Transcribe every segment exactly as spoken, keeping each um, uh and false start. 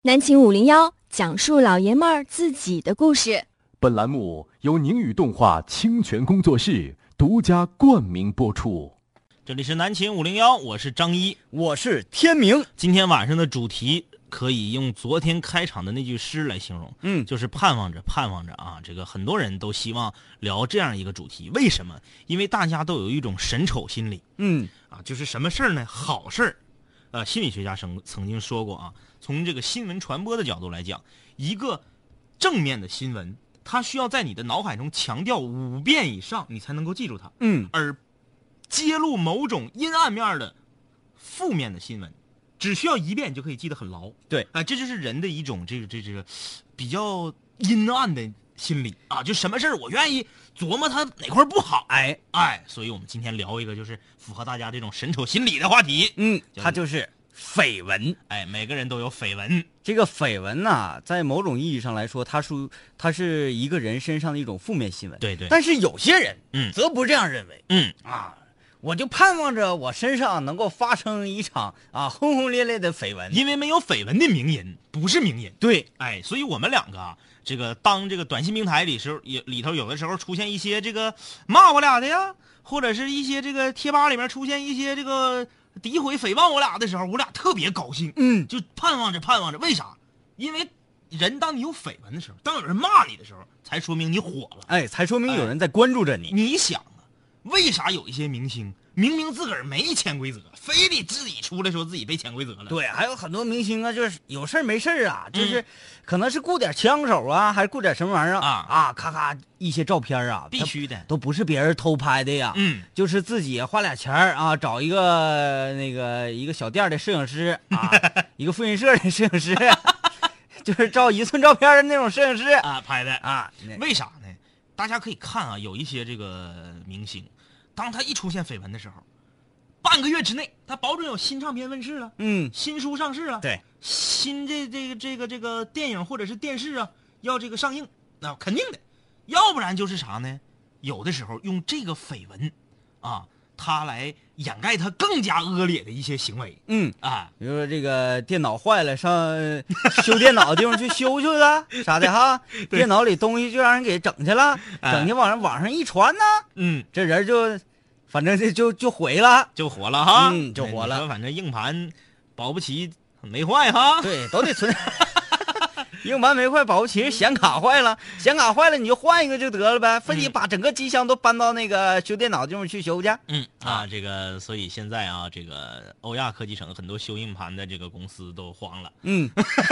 南秦五零幺讲述老爷们儿自己的故事。 本栏目由宁宇动画清泉工作室独家冠名播出。 这里是南秦五零幺，我是张一， 我是天明。 今天晚上的主题可以用昨天开场的那句诗来形容， 嗯， 就是盼望着盼望着啊，这个很多人都希望聊这样一个主题。为什么？因为大家都有一种审丑心理， 嗯啊，就是什么事儿呢？好事儿，呃，心理学家曾曾经说过啊，从这个新闻传播的角度来讲，一个正面的新闻，它需要在你的脑海中强调五遍以上，你才能够记住它， 嗯， 而揭露某种阴暗面的负面的新闻，只需要一遍就可以记得很牢。 对， 啊、呃，这就是人的一种这个这这个比较阴暗的心理啊，就什么事儿我愿意琢磨它哪块不好， 哎哎，所以我们今天聊一个就是符合大家这种审丑心理的话题， 嗯，它就是绯闻。 哎，每个人都有绯闻。 这个绯闻呐，在某种意义上来说，它属它是一个人身上的一种负面新闻。 对对。 但是有些人， 嗯， 则不这样认为。 嗯啊。我就盼望着我身上能够发生一场啊轰轰烈烈的绯闻， 因为没有绯闻的名人不是名人。 对， 哎，所以我们两个啊，这个当这个短信平台里时候也里头有的时候出现一些这个骂我俩的呀，或者是一些这个贴吧里面出现一些这个诋毁诽谤我俩的时候，我俩特别高兴， 嗯， 就盼望着盼望着。为啥？因为人当你有绯闻的时候，当有人骂你的时候，才说明你火了， 哎，才说明有人在关注着你。 哎、你想啊，为啥有一些明星明明自个儿没潜规则，非得自己出来说自己被潜规则了？ 对，还有很多明星啊，就是有事没事啊，就是可能是顾点枪手啊，还是顾点什么玩意儿啊啊，咔咔一些照片啊， 必须的， 都不是别人偷拍的呀， 嗯， 就是自己花俩钱啊，找一个那个一个小店的摄影师啊，一个复印社的摄影师，就是照一寸照片的那种摄影师啊拍的啊。 为啥呢？大家可以看啊，有一些这个明星，当他一出现绯闻的时候，半个月之内，他保准有新唱片问世了， 嗯， 新书上市了， 对， 新这这个这个这个电影或者是电视啊，要这个上映，那、啊、肯定的。要不然就是啥呢？有的时候用这个绯闻，啊，他来掩盖他更加恶劣的一些行为， 嗯啊， 比如说这个电脑坏了，上修电脑的地方去修去了，啥的哈，电脑里东西就让人给整去了，整去往上网上一传呢， 嗯， 这人就。反正这就就毁了， 就火了哈， 嗯，就火了。 反正硬盘保不齐没坏哈， 对，都得存。硬盘没坏，保不齐显卡坏了，显卡坏了你就换一个就得了呗，非得把整个机箱都搬到那个修电脑的地方去修去。 嗯啊，这个所以现在啊，这个欧亚科技城很多修硬盘的这个公司都黄了。 嗯，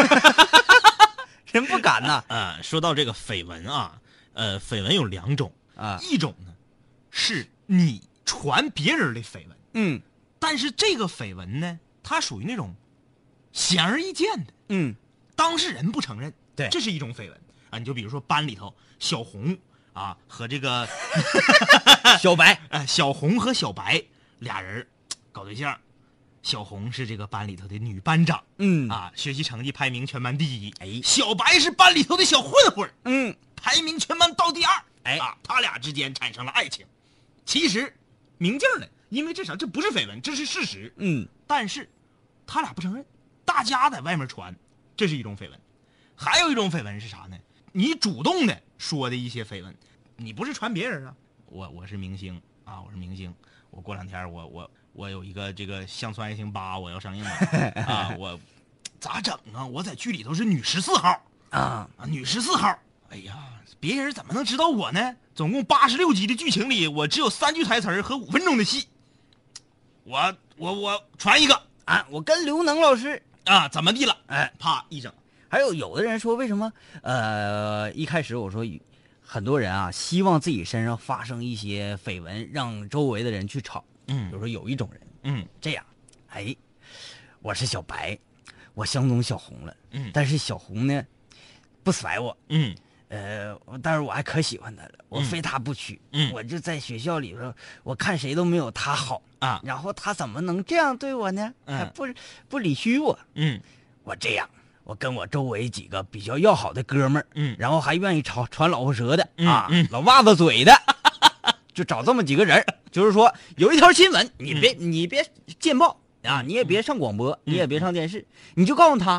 人不敢呐。 啊，说到这个绯闻啊，呃，绯闻有两种啊， 一种呢是你传别人的绯闻， 嗯， 但是这个绯闻呢，它属于那种显而易见的， 嗯， 当事人不承认， 对， 这是一种绯闻啊。你就比如说班里头小红啊和这个小白， 呃，小红和小白俩人搞对象，小红是这个班里头的女班长， 嗯啊，学习成绩排名全班第一， 哎， 小白是班里头的小混混， 嗯， 排名全班倒第二， 哎啊，他俩之间产生了爱情。其实明镜的，因为这啥，这不是绯闻，这是事实。 嗯， 但是他俩不承认，大家在外面传，这是一种绯闻。还有一种绯闻是啥呢？你主动的说的一些绯闻，你不是传别人啊，我我是明星啊，我是明星，我过两天我我我有一个这个乡村爱情八我要上映了啊，我咋整啊？我在剧里头是女十四号啊啊，女十四号。哎呀，别人怎么能知道我呢？总共八十六集的剧情里，我只有三句台词和五分钟的戏。我我我传一个啊，我跟刘能老师啊，怎么地了？ 哎， 啪一整。 还有有的人说，为什么？呃，一开始我说，很多人啊，希望自己身上发生一些绯闻，让周围的人去吵。 嗯， 比如说有一种人， 嗯， 这样，哎，我是小白，我相中小红了， 嗯， 但是小红呢，不甩我， 嗯。 呃，但是我还可喜欢他了，我非他不娶。 嗯， 我就在学校里头，我看谁都没有他好啊。 然后他怎么能这样对我呢？ 嗯， 还不不理虚我。 嗯， 我这样，我跟我周围几个比较要好的哥们儿， 嗯， 然后还愿意传传老婆舌的、 嗯、 啊、 嗯， 老袜子嘴的，就找这么几个人，就是说有一条新闻，你别、嗯、你别见报啊，你也别上广播， 嗯、 你也别上电视，你就告诉他。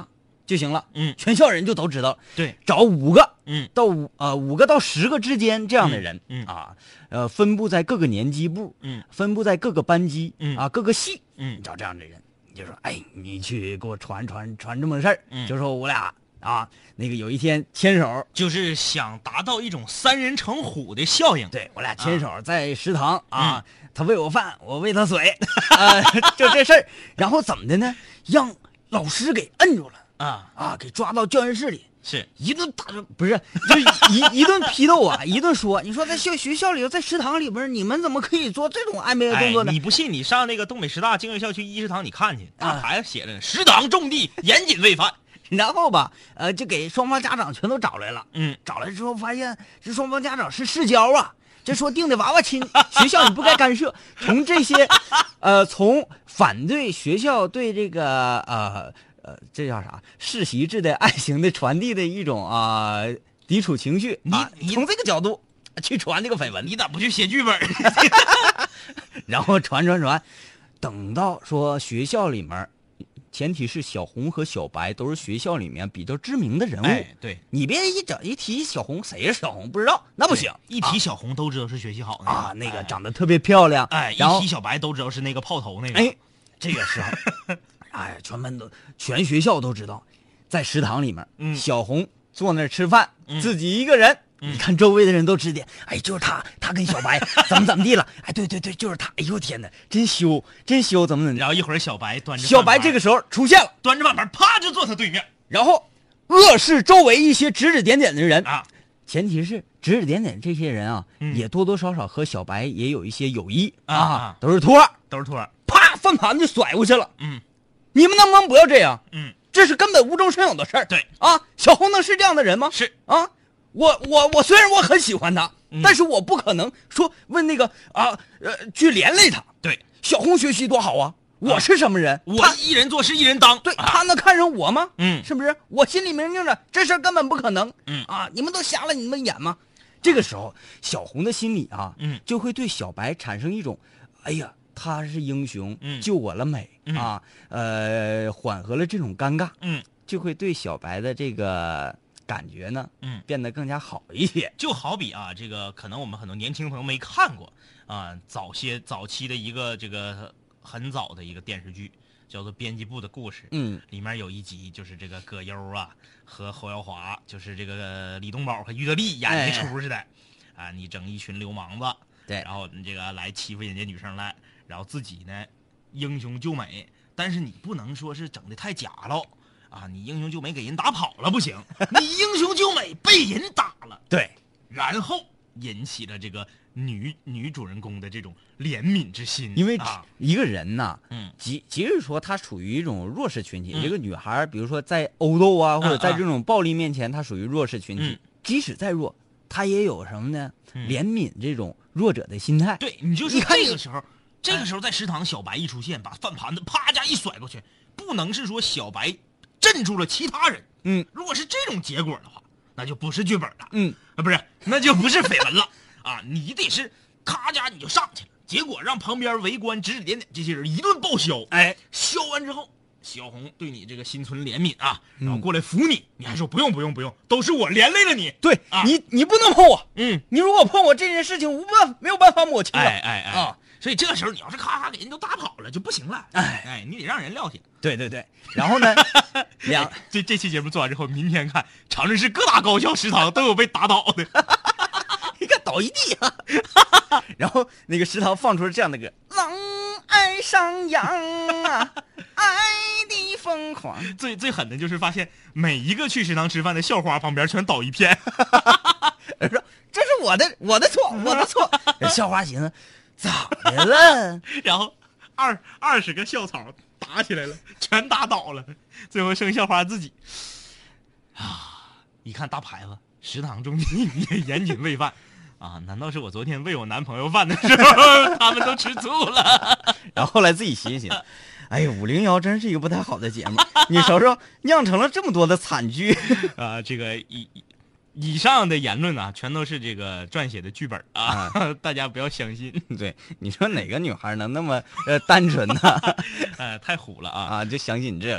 就行了， 嗯， 全校人就都知道。 对， 找五个， 嗯， 到五呃五个到十个之间这样的人， 嗯嗯啊，呃，分布在各个年级部， 嗯， 分布在各个班级， 嗯啊，各个系， 嗯你找这样的人，你就说，哎，你去给我传传传这么个事儿， 嗯就说我俩啊，那个有一天牵手， 就是想达到一种三人成虎的效应。 对我俩牵手在食堂啊， 嗯他喂我饭，我喂他水，啊，就这事儿，然后怎么的呢？让老师给摁住了。 啊啊，给抓到教研室里， 是一顿打，不是，就一一顿批斗啊，一顿说。你说在校学校里头，在食堂里边，你们怎么可以做这种暧昧的动作呢？ 哎、你不信，你上那个东北师大经营校区一食堂，你看去，大牌子写着呢，食堂种地，严谨喂饭。 然后吧，呃，就给双方家长全都找来了。 嗯， 找来之后发现这双方家长是世交啊，这说定的娃娃亲，学校你不该干涉。从这些，呃，从反对学校对这个呃。呃，这叫啥？世袭制的爱情的传递的一种啊、呃、抵触情绪， 你啊、 你从这个角度去传这个绯闻， 你咋不去写剧本？ 然后传传传，等到说学校里面，前提是小红和小白都是学校里面比较知名的人物。 哎，对， 你别一整一提小红，谁是小红不知道，那不行。 一提小红都知道是学习好的啊，那个长得特别漂亮。 哎， 然后一提小白都知道是那个炮头那个。 哎，这个时候。哎，全班都，全学校都知道，在食堂里面， 嗯、 小红坐那儿吃饭， 嗯、 自己一个人。 嗯、 你看周围的人都指点，哎，就是他，他跟小白怎么怎么地了？哎，对对对，就是他。哎呦天哪，真羞，真羞，怎么怎么？ 然后一会儿小白端着小白这个时候出现了， 端着饭盘，啪就坐他对面， 然后扼视周围一些指指点点的人啊。 前提是指指点点这些人啊， 嗯、 也多多少少和小白也有一些友谊啊，啊都是托， 都是托， 啪，饭盘就甩过去了。 嗯。 你们能不能不要这样？ 嗯， 这是根本无中生有的事儿。 对啊，小红能是这样的人吗？ 是啊，我我我虽然我很喜欢他， 嗯、 但是我不可能说问那个啊呃去连累他。 对， 小红学习多好啊，我是什么人？ 啊、我一人做事一人当。 对、 啊、 他能看上我吗？ 嗯， 是不是？我心里明镜着，这事儿根本不可能。 嗯啊，你们都瞎了你们眼吗？这个时候，小红的心里啊， 嗯， 就会对小白产生一种，哎呀。他是英雄， 嗯、 救我了美、 嗯、 啊，呃，缓和了这种尴尬， 嗯， 就会对小白的这个感觉呢， 嗯， 变得更加好一些。 就好比啊，这个可能我们很多年轻朋友没看过啊，早些早期的一个这个很早的一个电视剧，叫做《编辑部的故事》， 嗯， 里面有一集就是这个葛优啊和侯耀华，就是这个李东宝和于德利演的出似的，哎、啊，你整一群流氓子， 对， 然后你这个来欺负人家女生来。然后自己呢，英雄救美，但是你不能说是整的太假了啊！你英雄救美给人打跑了不行，你英雄救美被人打了， 对， 然后引起了这个女女主人公的这种怜悯之心。 因为啊， 一个人呐， 嗯， 即即使说他属于一种弱势群体， 嗯、 这个女孩，比如说在殴斗啊，或者在这种暴力面前，她属于弱势群体， 嗯、 即使再弱，她也有什么呢？ 嗯、 怜悯这种弱者的心态。 对，你就是这个时候。这个时候在食堂，小白一出现，把饭盘子啪家一甩过去，不能是说小白镇住了其他人， 嗯， 如果是这种结果的话，那就不是剧本了， 嗯啊，不是，那就不是绯闻了啊，你得是咔家你就上去了，结果让旁边围观指指点点这些人一顿报销， 哎， 销完之后，小红对你这个心存怜悯啊，然后过来扶你，嗯、你还说不用不用不用，都是我连累了你， 对、 啊、 你你不能碰我， 嗯， 你如果碰我这件事情无办没有办法抹清了， 哎哎哎啊。 所以这个时候你要是咔咔给人都打跑了就不行了， 哎哎，你得让人撂下。 对对对，然后呢，两这这期节目做完之后，明天看长春市各大高校食堂都有被打倒的， 你看倒一地啊。然后那个食堂放出了这样的歌：狼爱上羊啊，爱的疯狂。 最最狠的就是发现每一个去食堂吃饭的校花旁边全倒一片， 说这是我的我的错我的错。校花寻思。咋的了？ 然后二二十个校草打起来了，全打倒了，最后剩校花自己。啊！一看大牌子，食堂中地也严谨喂饭啊！难道是我昨天喂我男朋友饭的时候，他们都吃醋了？ 然后后来自己寻思，哎呀，五零幺真是一个不太好的节目，你瞅瞅，酿成了这么多的惨剧啊！这个一。以上的言论啊，全都是这个撰写的剧本啊，啊大家不要相信。 对，你说哪个女孩能那么呃单纯呢？ 呃，太虎了啊啊，就相信这个。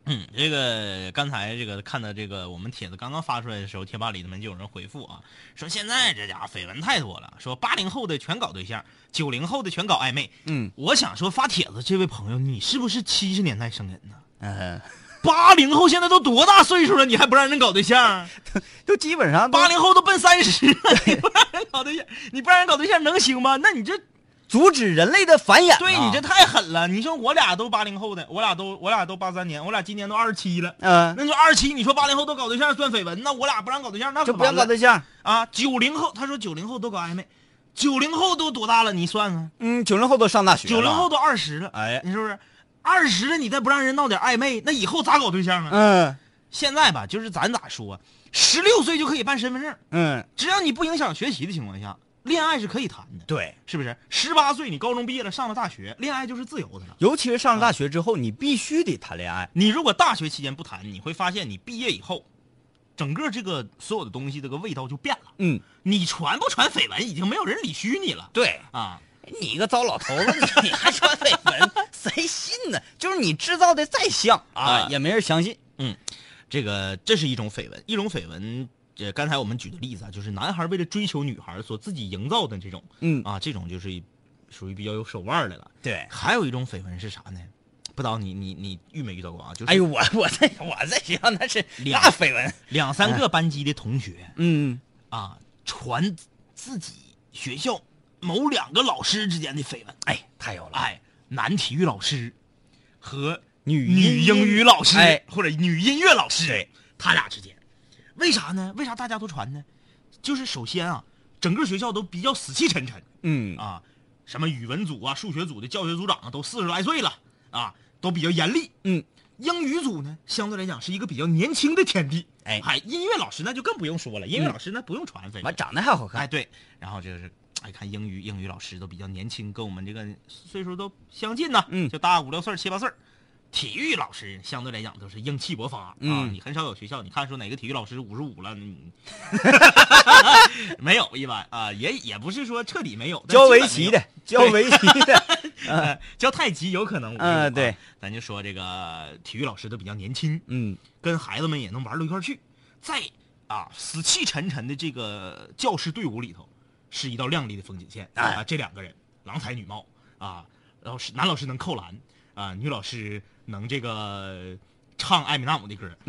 嗯，这个刚才这个看到这个我们帖子刚刚发出来的时候，贴吧里面就有人回复啊，说现在这家伙绯闻太多了，说八零后的全搞对象，九零后的全搞暧昧。 嗯， 我想说发帖子这位朋友，你是不是七十年代生人呢？ 嗯， 八零后现在都多大岁数了，你还不让人搞对象？ 就基本上都八零后都奔三十了，你不让人搞对象，你不让人搞对象能行吗？那你这。 阻止人类的繁衍、啊。 对你这太狠了！你说我俩都八零后的，我俩都我俩都八三年，我俩今年都二十七了。 嗯， 那就二十七，你说八零后都搞对象算绯闻，那我俩不让搞对象，那就不让搞对象啊。九零后，他说九零后都搞暧昧，九零后都多大了？你算算。 嗯，九零后都上大学了， 九零后都二十了。 哎， 你是不是？二十了，你再不让人闹点暧昧，那以后咋搞对象啊？ 嗯， 现在吧，就是咱咋说，十六岁就可以办身份证。 嗯， 只要你不影响学习的情况下。恋爱是可以谈的， 对， 是不是？十八岁你高中毕业了，上了大学，恋爱就是自由的了。 尤其是上了大学之后，你必须得谈恋爱。 你如果大学期间不谈，你会发现你毕业以后，整个这个所有的东西这个味道就变了。 嗯， 你传不传绯闻，已经没有人理虚你了。 对啊， 你一个糟老头子，你你还传绯闻，谁信呢？就是你制造的再像啊， 啊也没人相信。 嗯，这个这是一种绯闻，一种绯闻。呃，刚才我们举的例子啊，就是男孩为了追求女孩所自己营造的这种， 嗯啊，这种就是属于比较有手腕的了。 对， 还有一种绯闻是啥呢？不知道你你你遇没遇到过啊？就是哎呦，我我在我在学校那是那绯闻， 两三个班级的同学， 嗯啊，传自己学校某两个老师之间的绯闻。 哎，太有了， 哎，男体育老师和女女英语老师， 哎， 或者女音乐老师， 对， 他俩之间。为啥呢？为啥大家都传呢？就是首先啊，整个学校都比较死气沉沉， 嗯啊，什么语文组啊、数学组的教学组长啊，都四十来岁了啊，都比较严厉。 嗯， 英语组呢，相对来讲是一个比较年轻的天地。 哎， 嗨，音乐老师那就更不用说了，音乐老师那不用传绯闻， 完长得还好看。 哎，对，然后就是哎，看英语英语老师都比较年轻，跟我们这个岁数都相近呢， 嗯， 就大五六岁、七八岁。体育老师相对来讲都是英气勃发、 嗯、 啊，你很少有学校，你看说哪个体育老师五十五了，嗯、没有一般啊，也也不是说彻底没有， 教围棋的，教围棋的， 呃，教太极有可能， 嗯、呃，对， 咱就说这个体育老师都比较年轻， 嗯， 跟孩子们也能玩到一块去，在啊死气沉沉的这个教师队伍里头，是一道亮丽的风景线、哎、啊，这两个人郎才女貌啊，然后是男老师能扣篮啊，女老师能这个唱艾米纳姆的歌，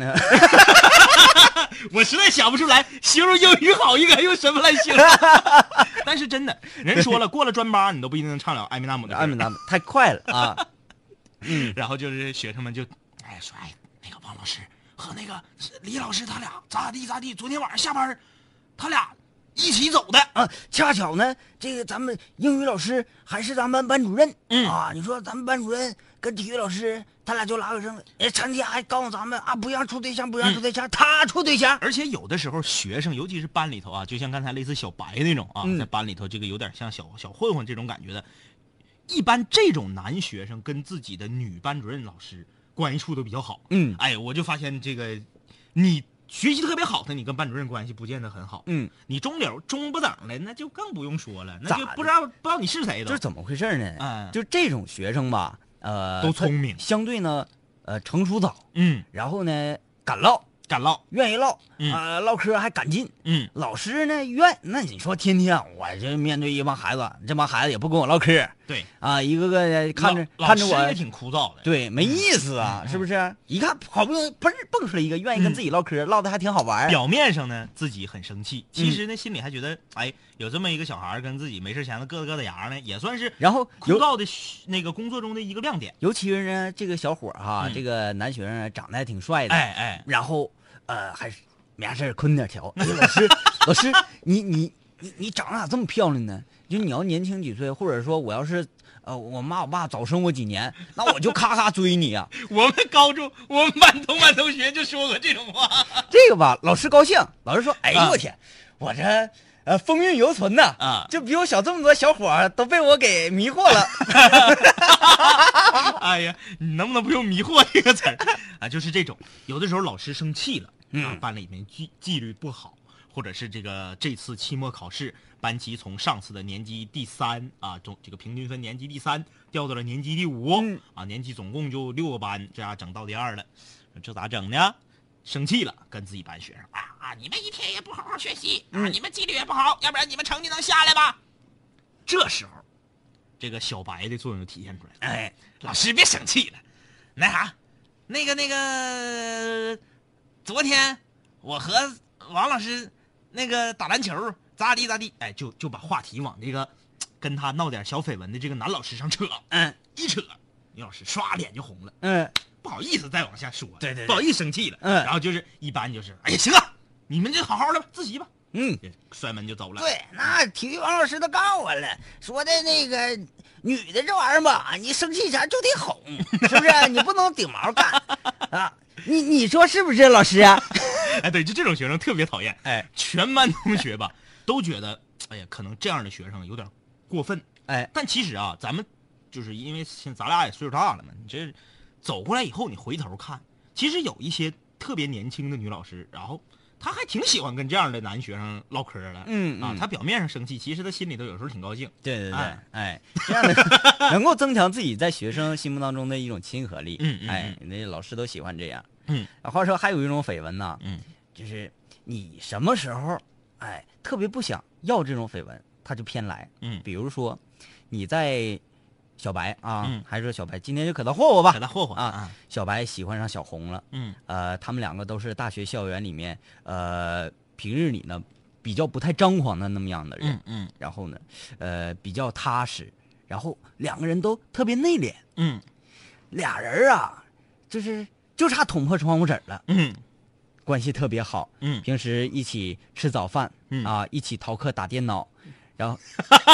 我实在想不出来形容英语好应该用什么来形容。但是真的，人说了，过了专八你都不一定能唱了艾米纳姆的歌。 艾米纳姆太快了啊！ 嗯，然后就是学生们就哎说哎那个王老师和那个李老师他俩咋地咋地，昨天晚上下班他俩一起走的啊，恰巧呢，这个咱们英语老师还是咱们班主任， 嗯啊，你说咱们班主任跟体育老师他俩就拉回生了，哎，成天还告诉咱们啊，不让处对象，不让处对象，嗯、他处对象。 而且有的时候学生，尤其是班里头啊，就像刚才类似小白那种啊， 嗯、 在班里头这个有点像小小混混这种感觉的，一般这种男学生跟自己的女班主任老师关系处都比较好。 嗯， 哎，我就发现这个你。学习特别好的，你跟班主任关系不见得很好。 嗯， 你中流中不等的，那就更不用说了，那就不知道不知道你是谁都。 这是怎么回事呢？ 嗯， 就这种学生吧，呃， 都聪明， 相对呢，呃，成熟早。 嗯， 然后呢，敢唠， 敢唠， 愿意唠， 嗯、 呃，唠嗑还敢进。 嗯， 老师呢愿，那你说天天我这面对一帮孩子，这帮孩子也不跟我唠嗑。 对啊，一个个看着看着我也挺枯燥的， 对，没意思啊，嗯、是不是？一看好不容易嘣蹦出来一个愿意跟自己唠嗑，嗯、唠的还挺好玩。 表面上呢自己很生气，其实呢、嗯、心里还觉得，哎，有这么一个小孩跟自己没事闲的咯咯的牙呢，也算是然后枯燥的那个工作中的一个亮点。 尤其是呢，这个小伙哈， 嗯、 这个男学生长得还挺帅的， 哎哎， 然后呃还是没啥事困点瞧。哎、老师，老师，你你你你长得咋这么漂亮呢？就你要年轻几岁，或者说我要是。呃，我妈我爸早生我几年，那我就咔咔追你啊！ 我们高中，我们班同班同学就说过这种话。 这个吧，老师高兴，老师说：“哎呦我天，啊、我这呃风韵犹存呐！ 啊， 就比我小这么多小伙儿都被我给迷惑了。” 哎呀，你能不能不用迷惑这个词儿啊？就是这种，有的时候老师生气了， 嗯、 啊，班里面纪纪律不好，或者是这个这次期末考试。班级从上次的年级第三啊，总这个平均分年级第三掉到了年级第五、 嗯、 啊，年级总共就六个班，这样整到第二了。 这咋整呢？生气了，跟自己班学生啊啊，你们一天也不好好学习啊，你们纪律也不好，要不然你们成绩能下来吧？这时候，这个小白的作用就体现出来了。哎，老师别生气了，那啥，那个那个，昨天我和王老师那个打篮球，咋地咋地，哎，就就把话题往这个跟他闹点小绯闻的这个男老师上扯。嗯，一扯，女老师唰脸就红了。嗯。不好意思再往下说， 对对对， 不好意思生气了， 嗯， 然后就是一般就是，哎呀行啊，你们就好好的吧，自习吧， 嗯， 摔门就走了。 对，那体育王老师都告我了，说的那个女的这玩意儿吧，你生气前就得哄，是不是？你不能顶毛干啊，你你说是不是，老师啊？ 哎，对，就这种学生特别讨厌，哎，全班同学吧都觉得，哎呀，可能这样的学生有点过分，哎，但其实啊，咱们就是因为咱俩也岁数大了嘛，你这。走过来以后，你回头看，其实有一些特别年轻的女老师，然后她还挺喜欢跟这样的男学生唠嗑的。嗯啊，她表面上生气，其实她心里头有时候挺高兴。 对对对，哎，哎这样的能够增强自己在学生心目当中的一种亲和力。嗯嗯，哎，那老师都喜欢这样。嗯，话说还有一种绯闻呢，嗯，就是你什么时候哎特别不想要这种绯闻，他就偏来。嗯，比如说你在。小白啊，嗯、还是说小白今天就可他霍霍吧， 可他霍霍啊！小白喜欢上小红了，嗯，呃，他们两个都是大学校园里面，呃，平日里呢比较不太张狂的那么样的人，嗯嗯，然后呢，呃，比较踏实，然后两个人都特别内敛，嗯，俩人啊，就是就差捅破窗户纸了，嗯，关系特别好，嗯，平时一起吃早饭，嗯啊，一起逃课打电脑，然后。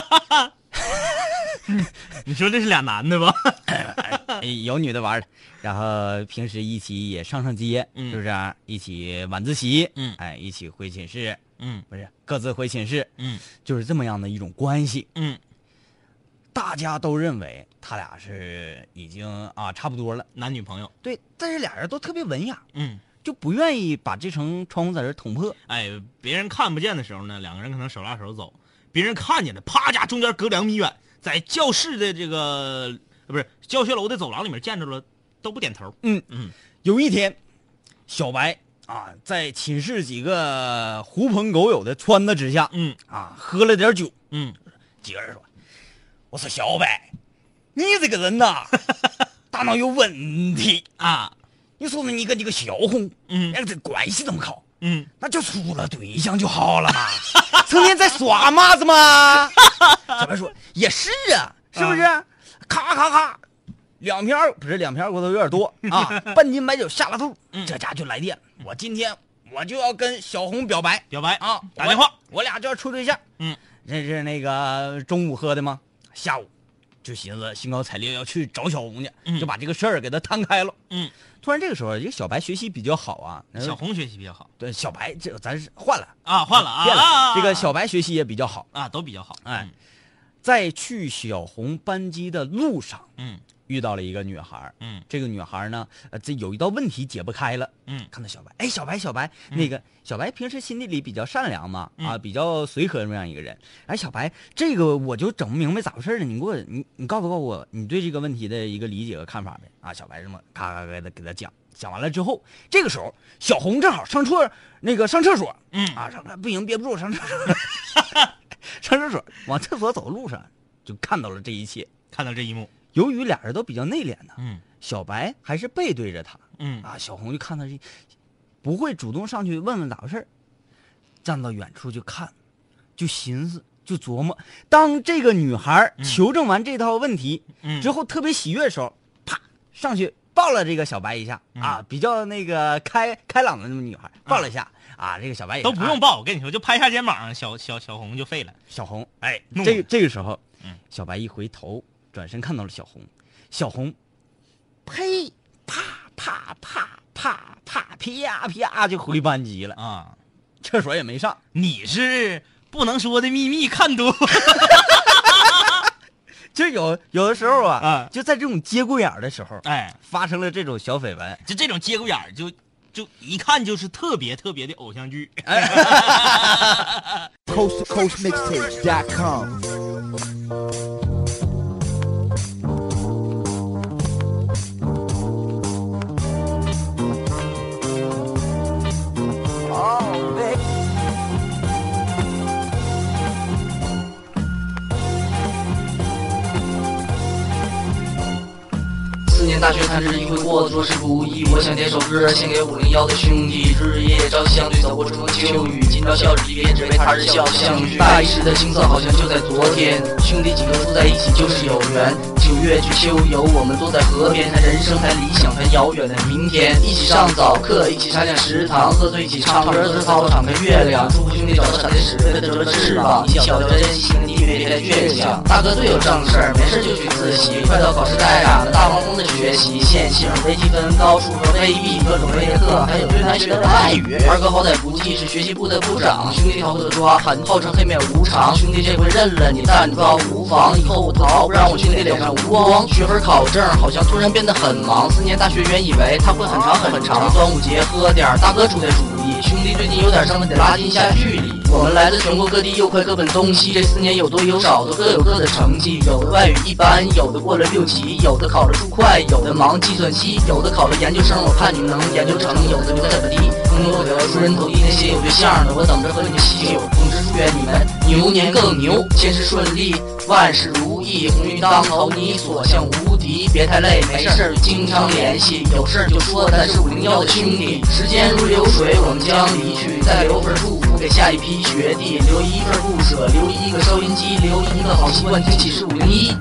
你说这是俩男的吧？ 有女的玩的，然后平时一起也上上街，嗯、是不是、啊？一起晚自习，嗯，哎，一起回寝室，嗯，不是各自回寝室，嗯，就是这么样的一种关系，嗯，大家都认为他俩是已经啊差不多了， 男女朋友。 对，但是俩人都特别文雅，嗯，就不愿意把这层窗户纸捅破。 哎，别人看不见的时候呢，两个人可能手拉手走；别人看见了，啪家中间隔两米远。在教室的这个不是教学楼的走廊里面见着了，都不点头。 嗯嗯。有一天，小白啊，在寝室几个狐朋狗友的撺掇之下，嗯啊，喝了点酒，嗯，几个人说：“我说小白，你这个人呐，大脑有问题啊！你说说你跟这个小红，嗯，两个这关系这么好，嗯，那就处了对象就好了嘛，成天在耍妈子嘛。”小白说：“也是啊，是不是？啊、咔咔咔，两瓶不是两瓶骨头有点多啊，半斤白酒下了肚，嗯、这家就来电。我今天我就要跟小红表白， 表白啊， 打电话我，我俩就要处对象。嗯，这是那个中午喝的吗？下午就寻思兴高采烈要去找小红去，嗯、就把这个事儿给他摊开了。嗯，突然这个时候，这个小白学习比较好啊， 小红学习比较好。 对，小白这个咱是换了啊，换了啊， 变了。 啊、 这个小白学习也比较好啊，都比较好。哎。嗯在去小红班级的路上，嗯，遇到了一个女孩，嗯，这个女孩呢，呃，这有一道问题解不开了，嗯，看到小白，哎，小白，小白，嗯、那个小白平时心地里比较善良嘛，嗯、啊，比较随和这么样一个人，哎，小白，这个我就整不明白咋回事呢？你给我，你你告诉告诉我，你对这个问题的一个理解和看法呗？啊，小白这么咔咔咔的给他讲，讲完了之后，这个时候小红正好上厕那个上厕所，嗯，啊，上不行，憋不住上厕所。上厕所往厕所走的路上就看到了这一切， 看到这一幕。 由于俩人都比较内敛呢，嗯，小白还是背对着他，嗯啊，小红就看到这，不会主动上去问问咋回事，站到远处就看，就寻思就琢磨。当这个女孩求证完这套问题、嗯、之后，特别喜悦的时候，啪上去抱了这个小白一下、嗯、啊，比较那个开开朗的那么女孩，抱了一下。嗯啊，这个小白也都不用抱，我跟你说，就拍下肩膀，小小小红就废了。 小红，哎，这个这个时候，嗯，小白一回头，转身看到了小红，小红，呸，啪啪啪啪啪，啪啪就回班级了啊，厕所也没上。 你是不能说的秘密看多， 就有有的时候啊，啊就在这种节骨眼的时候，哎，发生了这种小绯闻， 就这种节骨眼就。就一看就是特别特别的偶像剧。 coast to coast mixtape dot com 年大学弹指一挥过，着实不易。我想点首歌献给五零幺的兄弟，日夜朝夕相对，走过春风秋雨。今朝笑日离别，只为他日笑相聚。大一时的青涩好像就在昨天，兄弟几个住在一起就是有缘。九月去秋游，我们坐在河边，谈人生，谈理想，谈遥远的明天。一起上早课，一起查讲食堂，喝醉一起唱歌，自操场看月亮。祝福兄弟找到闪电时，飞得折着翅膀。你小的珍惜，兄弟别太倔强。大哥最有正事儿，没事就去自习。快到考试带上的大黄蜂的学习，线性、微积分、高数和微粒，各种微课，还有最难学的外语。二哥好歹不济是学习部的部长，兄弟逃不得抓，喊号称黑面无常。兄弟这回认了你，但抓无妨。以后我逃，不让我兄弟脸上无光。学分考证好像突然变得很忙，四年大学原以为他会很长很长。端午节喝点，大哥出的主意，兄弟最近有点伤，得拉近一下距离。我们来自全国各地，又快各奔东西。这四年有多有少，都各有各的成绩。有的外语一般，有的过了六级，有的考了数快，有的忙计算机，有的考了研究生。我看你们能研究成，有的留在本地工作头出人头地。那些有对象的，我等着和你们喜酒。总之祝愿你们牛年更牛，千事顺利，万事如意，鸿运当头，你所向无敌。别太累，没事儿经常联系，有事儿就说，咱是五零幺的兄弟。时间如流水，我们将离去，再留份祝福给下一批学弟，留一份不舍，留一个收音机，留一个好习惯，听启示五零一。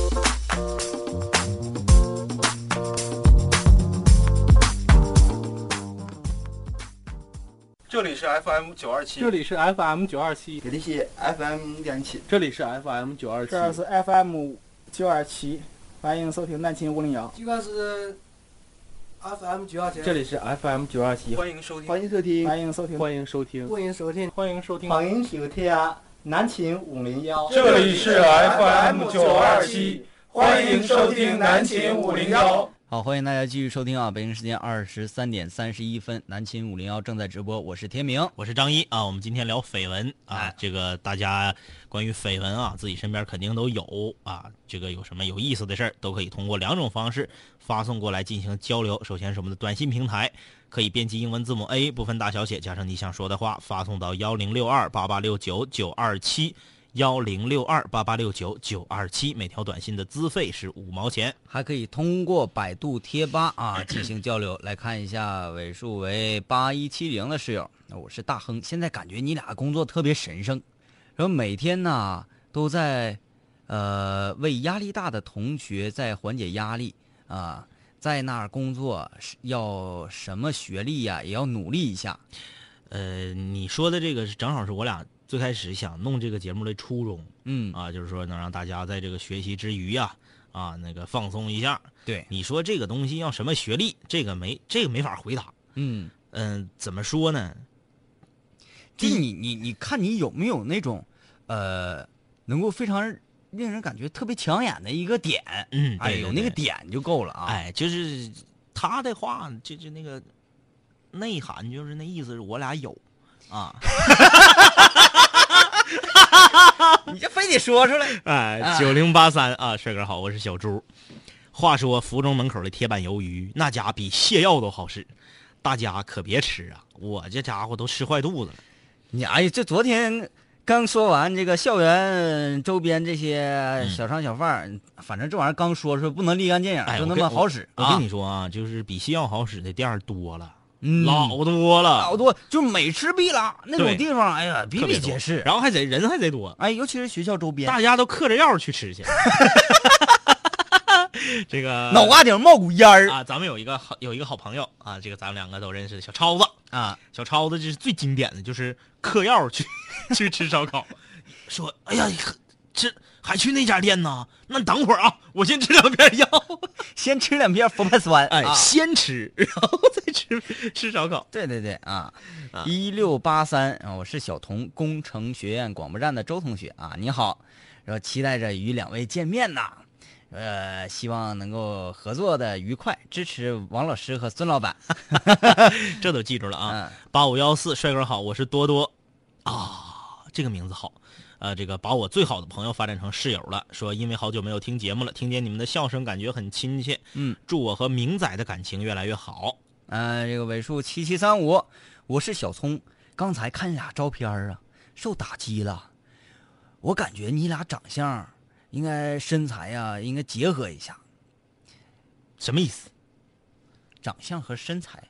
这里是 F M 九二七， 这里是 F M 九二七， 这里是 F M 零七， 这里是 F M 九二七， 这是 F M 九二七，欢迎收听南秦五零幺。 这个是 F M 九二七， 这里是 F M 九二七， 欢迎收听， 欢迎收听， 欢迎收听， 欢迎收听， 欢迎收听， 欢迎收听， 欢迎收听啊！南秦五零幺， 这里是 F M 九二七，欢迎收听南秦五零幺。 好，欢迎大家继续收听啊！北京时间二十三点三十一分，南秦五零幺正在直播，我是天明， 我是张一啊。我们今天聊绯闻啊， 哎、 这个大家关于绯闻啊，自己身边肯定都有啊。这个有什么有意思的事儿，都可以通过两种方式发送过来进行交流。首先是我们的短信平台，可以编辑英文字母 A 不分大小写，加上你想说的话，发送到幺零六二八八六九九二七。幺零六二八八六九九二七，每条短信的资费是五毛钱， 还可以通过百度贴吧啊进行交流。来看一下尾数为八一七零的室友，我是大亨。现在感觉你俩工作特别神圣，然后每天呢都在呃为压力大的同学在缓解压力啊，在那儿工作要什么学历呀、啊，也要努力一下。 呃，你说的这个是正好是我俩最开始想弄这个节目的初衷， 嗯啊，就是说能让大家在这个学习之余呀、啊，啊，那个放松一下。 对， 你说这个东西要什么学历，这个没这个没法回答。 嗯嗯、呃，怎么说呢？ 就你你你看你有没有那种呃，能够非常令人感觉特别抢眼的一个点？ 嗯， 哎， 对对对有那个点就够了啊。 哎，就是他的话，就就那个内涵，就是那意思，我俩有啊。 你这非得说出来。 哎，九零八三啊，帅哥好，我是小猪。话说福州门口的铁板鱿鱼，那家比泻药都好使，大家可别吃啊！我这家伙都吃坏肚子了。 你哎呀，这昨天刚说完这个校园周边这些小商小贩、嗯，反正这玩意儿刚说说不能立竿见影， 哎、 就那么好使。 我, 我, 我跟你说啊，就是比泻药好使的店儿多了。 嗯， 老多了， 老多，就是每吃必拉那种地方，哎呀，比比皆是。 然后还得人还得多， 哎，尤其是学校周边， 大家都嗑着药去吃去。这个脑瓜顶冒股烟儿啊！咱们有一个好有一个好朋友啊，这个咱们两个都认识的小超子啊， 小超子就是最经典的，就是嗑药去去吃烧烤，说哎呀，吃还去那家店呢？那你等会儿啊，我先吃两片药， 先吃两片佛牌酸， 哎， 啊、 先吃，然后再吃吃烧烤。 对对对啊，一六八三啊，我是小童工程学院广播站的周同学啊，你好，然后期待着与两位见面呐。呃，希望能够合作的愉快，支持王老师和孙老板， 这都记住了啊。八五幺四，帅哥好，我是多多啊，这个名字好。呃，这个把我最好的朋友发展成室友了，说因为好久没有听节目了，听见你们的笑声，感觉很亲切。 嗯， 祝我和明仔的感情越来越好。 呃，这个尾数七七三五，我是小聪，刚才看俩照片啊，受打击了。我感觉你俩长相。应该身材呀、啊，应该结合一下。 什么意思？ 长相和身材。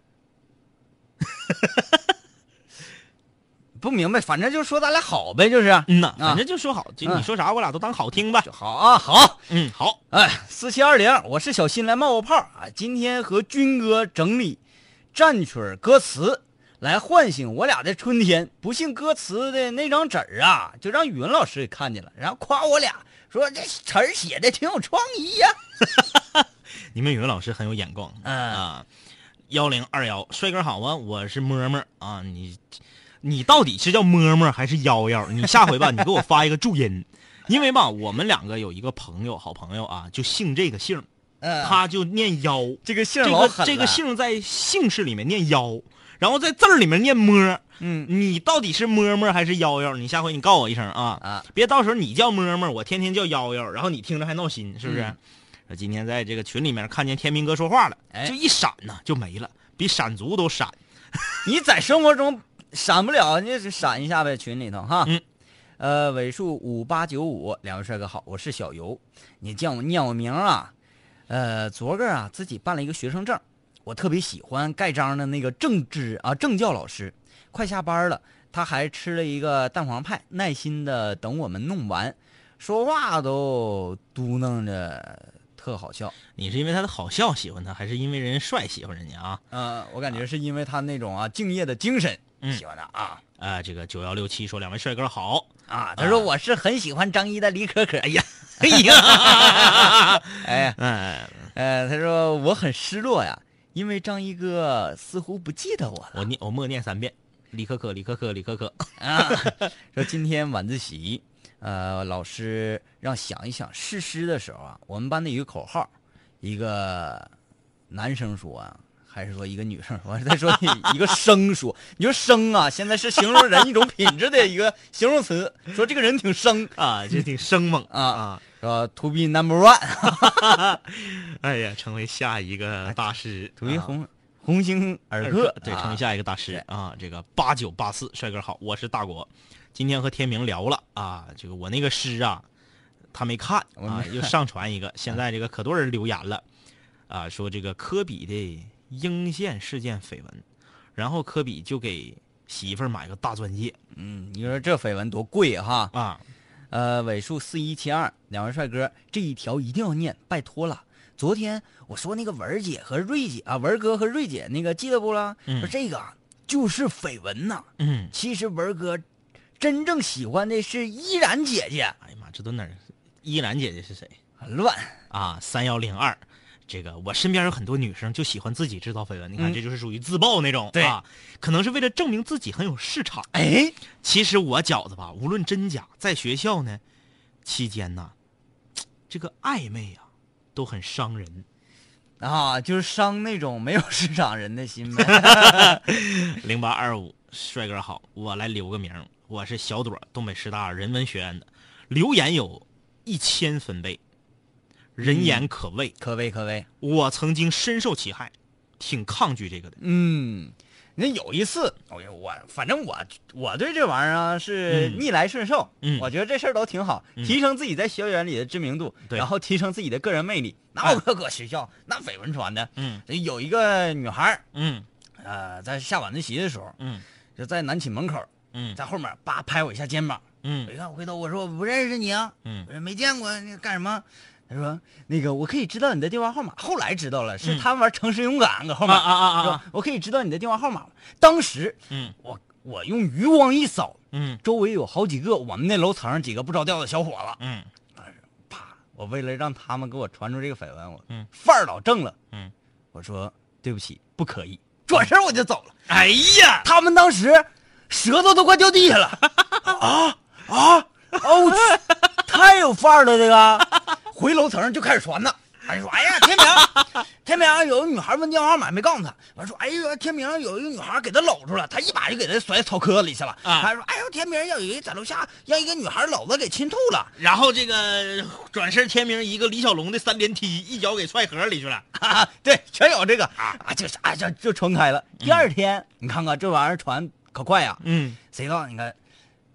不明白，反正就说咱俩好呗，就是。 嗯呐，反正就说好，就、啊、你说啥我俩都当好听呗。 好啊，好， 嗯，好。 哎，四七二零，我是小新来冒个泡啊。今天和军哥整理战曲歌词，来唤醒我俩的春天。不幸歌词的那张纸儿啊，就让语文老师给看见了，然后夸我俩说这词儿写的挺有创意呀、 啊。你们语文老师很有眼光。 嗯啊，幺零二幺，帅哥好啊，我是摸摸啊，你。你到底是叫摸摸还是幺幺？你下回吧，你给我发一个注音，因为吧，我们两个有一个朋友，好朋友啊，就姓这个姓， 嗯， 他就念幺， 这个姓老狠了， 这个这个姓在姓氏里面念幺，然后在字儿里面念摸， 嗯， 你到底是摸摸还是幺幺？你下回你告我一声啊， 啊， 别到时候你叫摸摸，我天天叫幺幺，然后你听着还闹心，是不是？嗯、今天在这个群里面看见天明哥说话了， 哎、 就一闪呢就没了，比闪族都闪。 你在生活中。闪不了，你闪一下呗，群里头哈。 嗯， 呃，尾数五八九五，两位帅哥好，我是小游，你叫我念我名啊。呃，昨个啊自己办了一个学生证，我特别喜欢盖章的那个政治啊政教老师，快下班了，他还吃了一个蛋黄派，耐心的等我们弄完，说话都嘟囔着。特好笑， 你是因为他的好笑喜欢他，还是因为人帅喜欢人家啊？ 呃，我感觉是因为他那种啊敬业的精神喜欢他、嗯、啊。 啊，这个九幺六七说两位帅哥好啊，他说我是很喜欢张一的李可可。 哎呀，哎呀， 哎呀，哎，呃，他说我很失落呀，因为张一哥似乎不记得我了。 我念我默念三遍，李可可，李可可，李可可啊。说今天晚自习。呃，老师让想一想誓师的时候啊，我们班的一个口号，一个男生说啊，还是说一个女生说，再说一个生说，你说生啊，现在是形容人一种品质的一个形容词，说这个人挺生啊，就挺生猛啊啊，说 to be number one， 哎呀，成为下一个大师 ，to be 红红星尔克， 对，成为下一个大师啊，这个八九八四，帅哥好，我是大国。今天和天明聊了啊，这个我那个诗啊，他没看啊，又上传一个，现在这个可多人留言了啊，说这个科比的英县事件绯闻，然后科比就给媳妇儿买个大钻戒， 嗯，你说这绯闻多贵哈啊， 呃，尾数四一七二，两位帅哥这一条一定要念，拜托了。昨天我说那个文姐和瑞姐啊，文哥和瑞姐那个记得不了？ 嗯、 说这个就是绯闻呐， 嗯， 其实文哥。真正喜欢的是依然姐姐。 哎呀妈，这都哪儿？依然姐姐是谁？ 很乱啊！三幺零二，这个我身边有很多女生就喜欢自己制造绯闻，你看、嗯、这就是属于自曝那种， 对啊，可能是为了证明自己很有市场。 哎， 其实我觉得吧，无论真假，在学校呢期间呢，这个暧昧啊都很伤人啊，就是伤那种没有市场人的心呗。 零八二五，帅哥好，我来留个名。我是小朵，东北师大人文学院的，留言有一千分贝，人言可畏， 嗯、可畏可畏。 我曾经深受其害，挺抗拒这个的。 嗯，那有一次，我我反正我我对这玩意儿啊是逆来顺受， 嗯， 我觉得这事儿都挺好， 嗯、 提升自己在校园里的知名度，然后提升自己的个人魅力。那我可搁学校、嗯、那绯闻传的， 嗯， 有一个女孩， 嗯， 呃，在下晚自习的时候， 嗯， 就在男寝门口。 嗯， 在后面叭拍我一下肩膀， 嗯， 我一看我回头我说我不认识你啊， 嗯， 我说没见过，你干什么？他说那个我可以知道你的电话号码，后来知道了是他玩诚实勇敢搁后面啊啊啊啊， 我可以知道你的电话号码。当时， 嗯， 我我用余光一扫， 嗯， 周围有好几个我们那楼层上几个不着调的小伙子， 嗯， 啪，我为了让他们给我传出这个绯闻，我嗯范儿老正了， 嗯， 我说对不起，不可以，转身我就走了。 哎呀， 他们当时。舌头都快掉地下了啊啊！哦，太有范儿了，这个回楼层就开始传呢。他说：“哎呀，天明，天明，有个女孩问电话号码没告诉他。完说，哎呦，天明有一个女孩给他搂住了，他一把就给他甩草窠里去了。 啊、 他说：哎呦，天明要有一个在楼下让一个女孩搂子给亲吐了。 然后这个转身，天明一个李小龙的三连踢，一脚给踹河里去了。 啊，对，全有这个啊啊，就是啊，就就传开了。第二天， 嗯、 你看看这玩意儿传。”可快呀、啊！ 嗯， 谁知道？你看，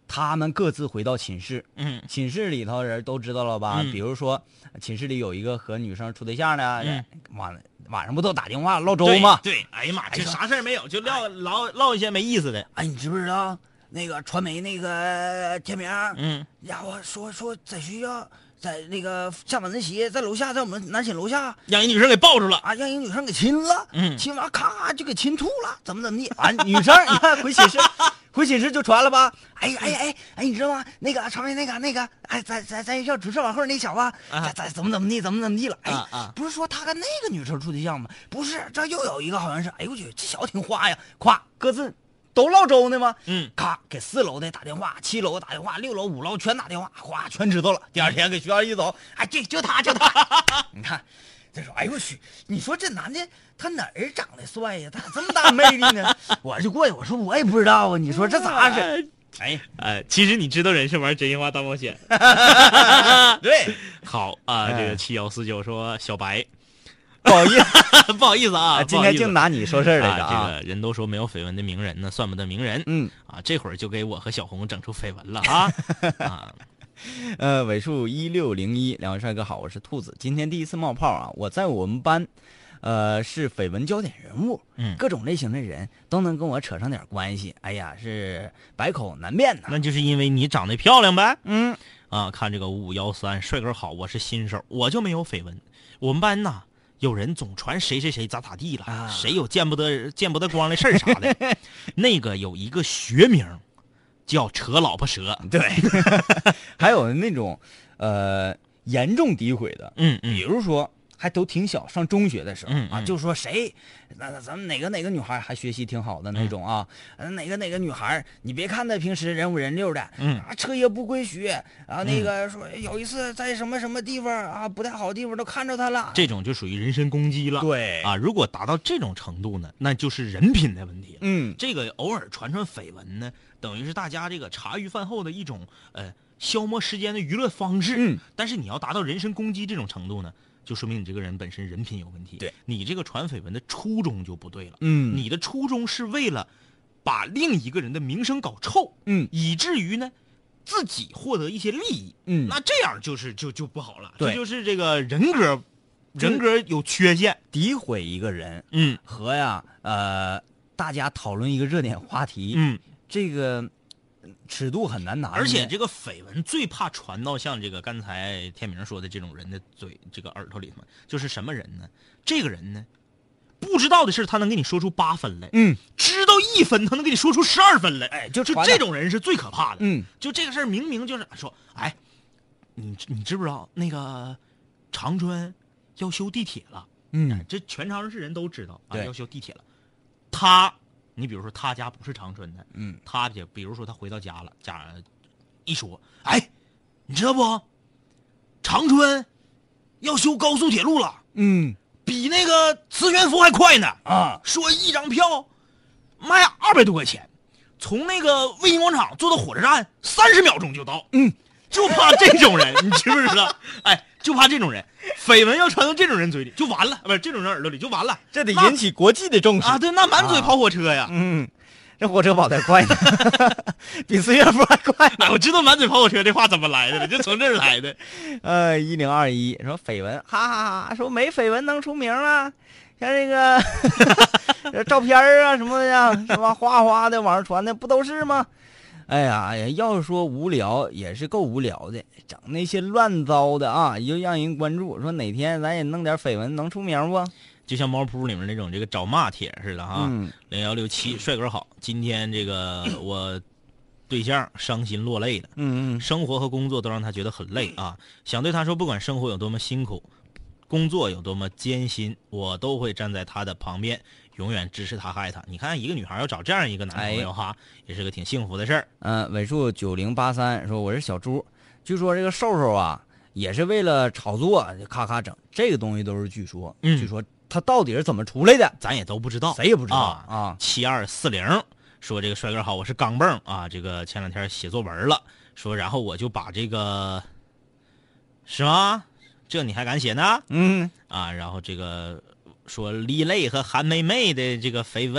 他们各自回到寝室， 嗯， 寝室里头人都知道了吧？ 嗯、 比如说，寝室里有一个和女生处对象的， 嗯， 晚晚上不都打电话唠粥吗？ 对，对哎呀妈，这啥事儿没有，就唠唠唠一些没意思的。 哎，你知不知道那个传媒那个天明？ 嗯， 家伙说说在学校。在那个下晚自习，在楼下，在我们男寝楼下， 让一女生给抱住了啊，让一女生给亲了， 嗯， 亲完咔咔就给亲吐了，怎么怎么地啊？女生你看回寝室，回寝室就传了吧？哎哎哎哎，你知道吗？那个传媒那个那个，哎，在在在学校主持晚会那小子，在在怎么怎么地，怎么怎么地了？哎， 啊啊、 不是说他跟那个女生处对象吗？不是，这又有一个好像是，哎呦我去，这小子挺花呀，夸各自。都唠粥呢吗？ 嗯， 咔给四楼的打电话，七楼打电话，六楼五楼全打电话，哗全知道了。第二天给学校一走，哎，这就他就他，你看，这说，哎呦我去，你说这男的他哪儿长得帅呀？他咋这么大魅力呢？我就过去，我说我也不知道啊，你说这咋是？哎哎，其实你知道人是玩真心话大冒险。 对， 好啊，这个七幺四九说小白。 不好意思， 不好意思啊， 今天净拿你说事儿来着啊！这个人都说没有绯闻的名人呢，算不得名人。 嗯啊，这会儿就给我和小红整出绯闻了啊！啊， 呃，尾数一六零一，两位帅哥好，我是兔子，今天第一次冒泡啊！我在我们班，呃，是绯闻焦点人物， 嗯， 各种类型的人都能跟我扯上点关系，哎呀，是百口难辩呐。 那就是因为你长得漂亮呗。 嗯， 啊，看这个五五幺三，帅哥好，我是新手，我就没有绯闻。我们班呐。有人总传谁谁谁咋咋地了， 啊、 谁有见不得见不得光的事儿啥的。那个有一个学名叫扯老婆舌， 对，还有那种呃严重诋毁的， 嗯嗯， 比如说还都挺小，上中学的时候、 嗯嗯、 啊，就说谁，那那咱们哪个哪个女孩还学习挺好的那种啊，嗯、哪个哪个女孩，你别看她平时人五人六的， 嗯啊，彻夜不归学啊，那个说有一次在什么什么地方啊不太好的地方都看着她了， 这种就属于人身攻击了。 对啊，如果达到这种程度呢，那就是人品的问题了。 嗯， 这个偶尔传传绯闻呢，等于是大家这个茶余饭后的一种呃消磨时间的娱乐方式。 嗯， 但是你要达到人身攻击这种程度呢，就说明你这个人本身人品有问题。 对， 你这个传绯闻的初衷就不对了。 嗯， 你的初衷是为了把另一个人的名声搞臭， 嗯， 以至于呢自己获得一些利益。 嗯， 那这样就是就就不好了。 对， 这就是这个人格人格有缺陷， 诋毁一个人， 嗯， 和呀呃大家讨论一个热点话题， 嗯， 这个尺度很难拿。 而且这个绯闻最怕传到像这个刚才天明说的这种人的嘴这个耳朵里头，就是什么人呢？这个人呢，不知道的事他能给你说出八分来， 嗯， 知道一分他能给你说出十二分来， 哎，就就这种人是最可怕的。 嗯， 就这个事儿明明就是说，哎，你你知不知道那个长春要修地铁了？ 嗯， 哎、这全长春市人都知道啊，要修地铁了。他，你比如说他家不是长春的， 嗯， 他也比如说他回到家了，家人一说，哎，你知道不？长春要修高速铁路了， 嗯， 比那个磁悬浮还快呢啊！ 说一张票卖二百多块钱，从那个卫星广场坐到火车站三十秒钟就到。 嗯， 就怕这种人，你知不知道？哎，就怕这种人，绯闻要传到这种人嘴里就完了，不是这种人耳朵里就完了， 这得引起国际的重视啊！对，那满嘴跑火车呀， 啊、嗯。这火车跑得快呢，比磁悬浮还快。 哎，我知道满嘴跑火车这话怎么来的了，就从这儿来的。 呃，一零二一说绯闻，哈哈哈，说没绯闻能出名吗？像这个照片啊什么的呀，什么哗哗的网上传的不都是吗？哎呀呀，要是说无聊也是够无聊的，整那些乱糟的啊，又让人关注。说哪天咱也弄点绯闻能出名不？ 就像猫扑里面那种这个找骂帖似的哈，零幺六七帅哥好，今天这个我对象伤心落泪了， 嗯嗯， 生活和工作都让他觉得很累啊，想对他说，不管生活有多么辛苦，工作有多么艰辛，我都会站在他的旁边，永远支持他和爱他。你看一个女孩要找这样一个男朋友哈，哎、也是个挺幸福的事儿。 嗯、呃，尾数九零八三说我是小猪，据说这个瘦瘦啊也是为了炒作，咔咔整这个东西都是据说， 嗯， 据说。他到底是怎么出来的？ 咱也都不知道， 谁也不知道啊啊。 七二四零说这个帅哥好，我是钢镚啊。这个前两天写作文了，说然后我就把这个是吗？这你还敢写呢？ 嗯啊，然后这个说李磊和韩梅梅的这个绯闻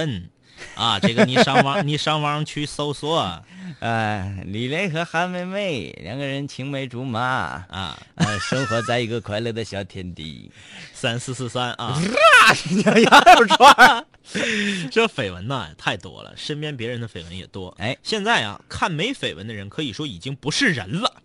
啊，这个你上网你上网去搜索， 呃，李雷和韩梅梅两个人青梅竹马啊， 呃，生活在一个快乐的小天地。 三四四三啊， 你要有串。 这绯闻呐太多了，身边别人的绯闻也多。 哎， 现在啊，看没绯闻的人可以说已经不是人了。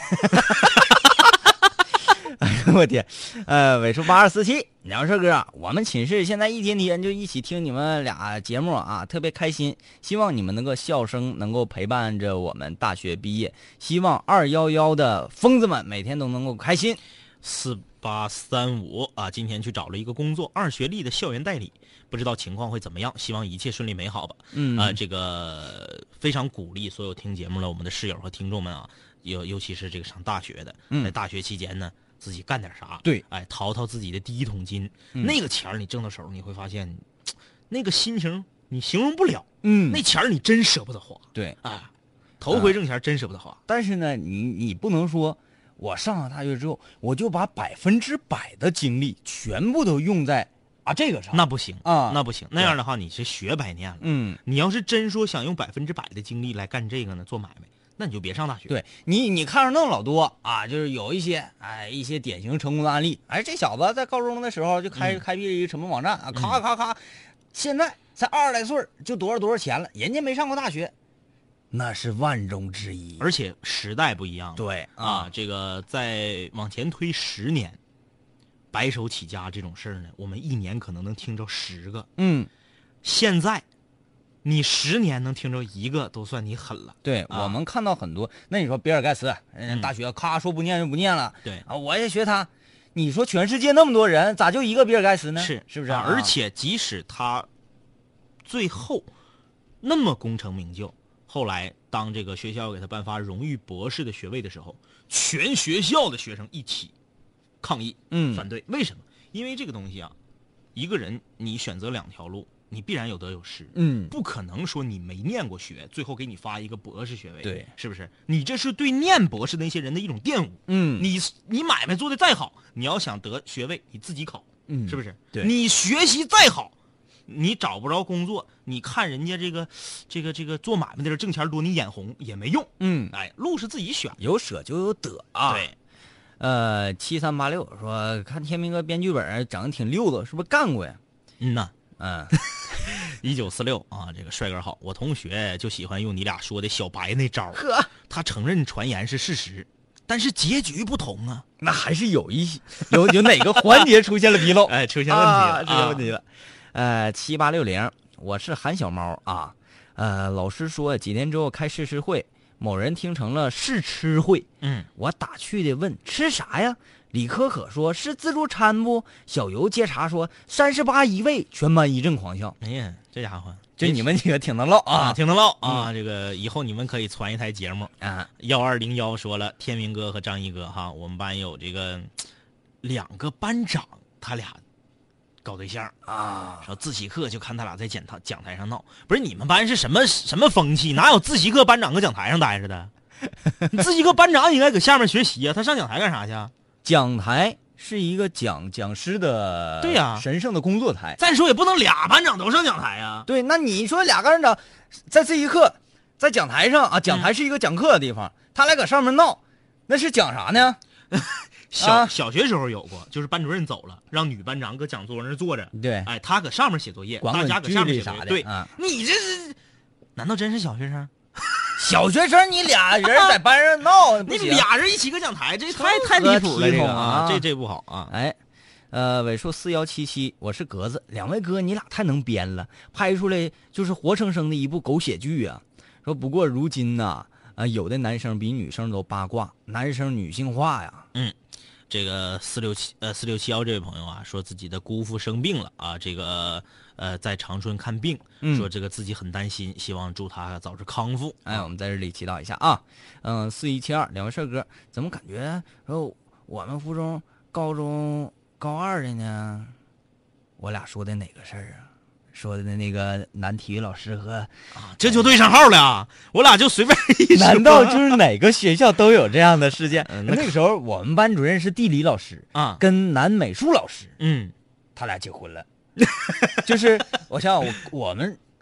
哎呦我天，呃，尾数八二四七，两帅哥，我们寝室现在一天天就一起听你们俩节目啊，特别开心。希望你们能够笑声能够陪伴着我们大学毕业，希望二幺幺的疯子们每天都能够开心。 四八三五啊，今天去找了一个工作，二学历的校园代理，不知道情况会怎么样，希望一切顺利美好吧。 嗯啊，这个非常鼓励所有听节目的我们的室友和听众们啊，尤尤其是这个上大学的， 嗯在大学期间呢，自己干点啥， 对， 哎，淘淘自己的第一桶金， 嗯、 那个钱你挣到手，你会发现，那个心情你形容不了， 嗯， 那钱你真舍不得花， 对， 啊，头回挣钱真舍不得花。 啊、但是呢，你你不能说。我上了大学之后，我就把百分之百的精力全部都用在啊这个上， 那不行啊， 那不行。那样的话，你是学白念了。 嗯， 你要是真说想用百分之百的精力来干这个呢，做买卖，那你就别上大学。 对你，你看着那么老多啊，就是有一些哎一些典型成功的案例。哎，这小子在高中的时候就开、嗯、开辟了一个什么网站啊，咔咔咔，现在才二十来岁就多少多少钱了，人家没上过大学。那是万中之一， 而且时代不一样了。 对啊，啊这个再往前推十年，白手起家这种事儿呢，我们一年可能能听着十个。 嗯， 现在你十年能听着一个，都算你狠了。 对、啊、我们看到很多，那你说比尔盖茨，嗯，大学咔说不念就不念了， 对啊，我也学他。你说全世界那么多人，咋就一个比尔盖茨呢？ 是是不是、 啊？而且即使他最后那么功成名就。后来，当这个学校给他颁发荣誉博士的学位的时候，全学校的学生一起抗议， 嗯， 反对。为什么？因为这个东西啊，一个人你选择两条路，你必然有得有失， 嗯， 不可能说你没念过学，最后给你发一个博士学位， 对， 是不是？你这是对念博士那些人的一种玷污， 嗯， 你你买卖做的再好，你要想得学位，你自己考， 嗯， 是不是？ 对， 你学习再好。你找不着工作，你看人家这个，这个这个做买卖的人挣钱多，你眼红也没用。 嗯， 哎，路是自己选， 有舍就有得啊。 对， 呃，七三八六说看天明哥编剧本整的挺溜的，是不是干过呀？ 嗯呐， 嗯， 一九四六啊，这个帅哥好，我同学就喜欢用你俩说的小白那招， 呵， 他承认传言是事实，但是结局不同啊， 那还是有一些有有哪个环节出现了纰漏？ 哎，出现问题了， 啊、出现问题了。啊呃，七八六零，我是韩小猫啊。呃，老师说几天之后开试吃会，某人听成了试吃会。 嗯， 我打趣的问吃啥呀？李可可说是自助餐不？小游接茬说三十八一位，全班一阵狂笑。 哎呀，这家伙， 这你们几个挺能唠啊， 啊挺能唠啊、嗯。这个以后你们可以传一台节目啊。 幺二零幺说了，天明哥和张一哥哈，我们班有这个两个班长，他俩。搞对象啊， 说自习课就看他俩在讲台讲台上闹，不是你们班是什么什么风气？哪有自习课班长搁讲台上待着的？你自习课班长应该搁下面学习啊，他上讲台干啥去？ 讲台是一个讲讲师的， 对呀、啊， 神圣的工作台。 再说也不能俩班长都上讲台啊。 对，那你说俩班长在自习课在讲台上啊，讲台是一个讲课的地方，嗯、他俩搁上面闹，那是讲啥呢？ 小、 啊、 小学时候有过，就是班主任走了，让女班长搁讲桌那坐着， 对， 哎，他搁上面写作业，大家搁下面写作业，对、 啊， 你这是，难道真是小学生？ 小学生，你俩人在班上闹， 你俩人一起搁讲台，这太太离谱了，这个啊，这这不好啊！ 哎，呃，尾数四幺七七，我是格子，两位哥，你俩太能编了，拍出来就是活生生的一部狗血剧啊！说不过如今呐、啊，呃，有的男生比女生都八卦，男生女性化呀， 嗯。这个四六七呃四六七幺这位朋友啊，说自己的姑父生病了啊，这个呃在长春看病， 嗯、 说这个自己很担心，希望祝他早日康复。 哎，我们在这里祈祷一下啊。嗯，四一七二两位帅哥，怎么感觉说我们附中高中高二的呢？我俩说的哪个事儿啊？说的那个男体育老师和啊，这就对上号了。我俩就随便一说。 难道就是哪个学校都有这样的事件？嗯、那个时候我们班主任是地理老师啊， 跟男美术老师， 嗯， 他俩结婚了。就是我想想，我我们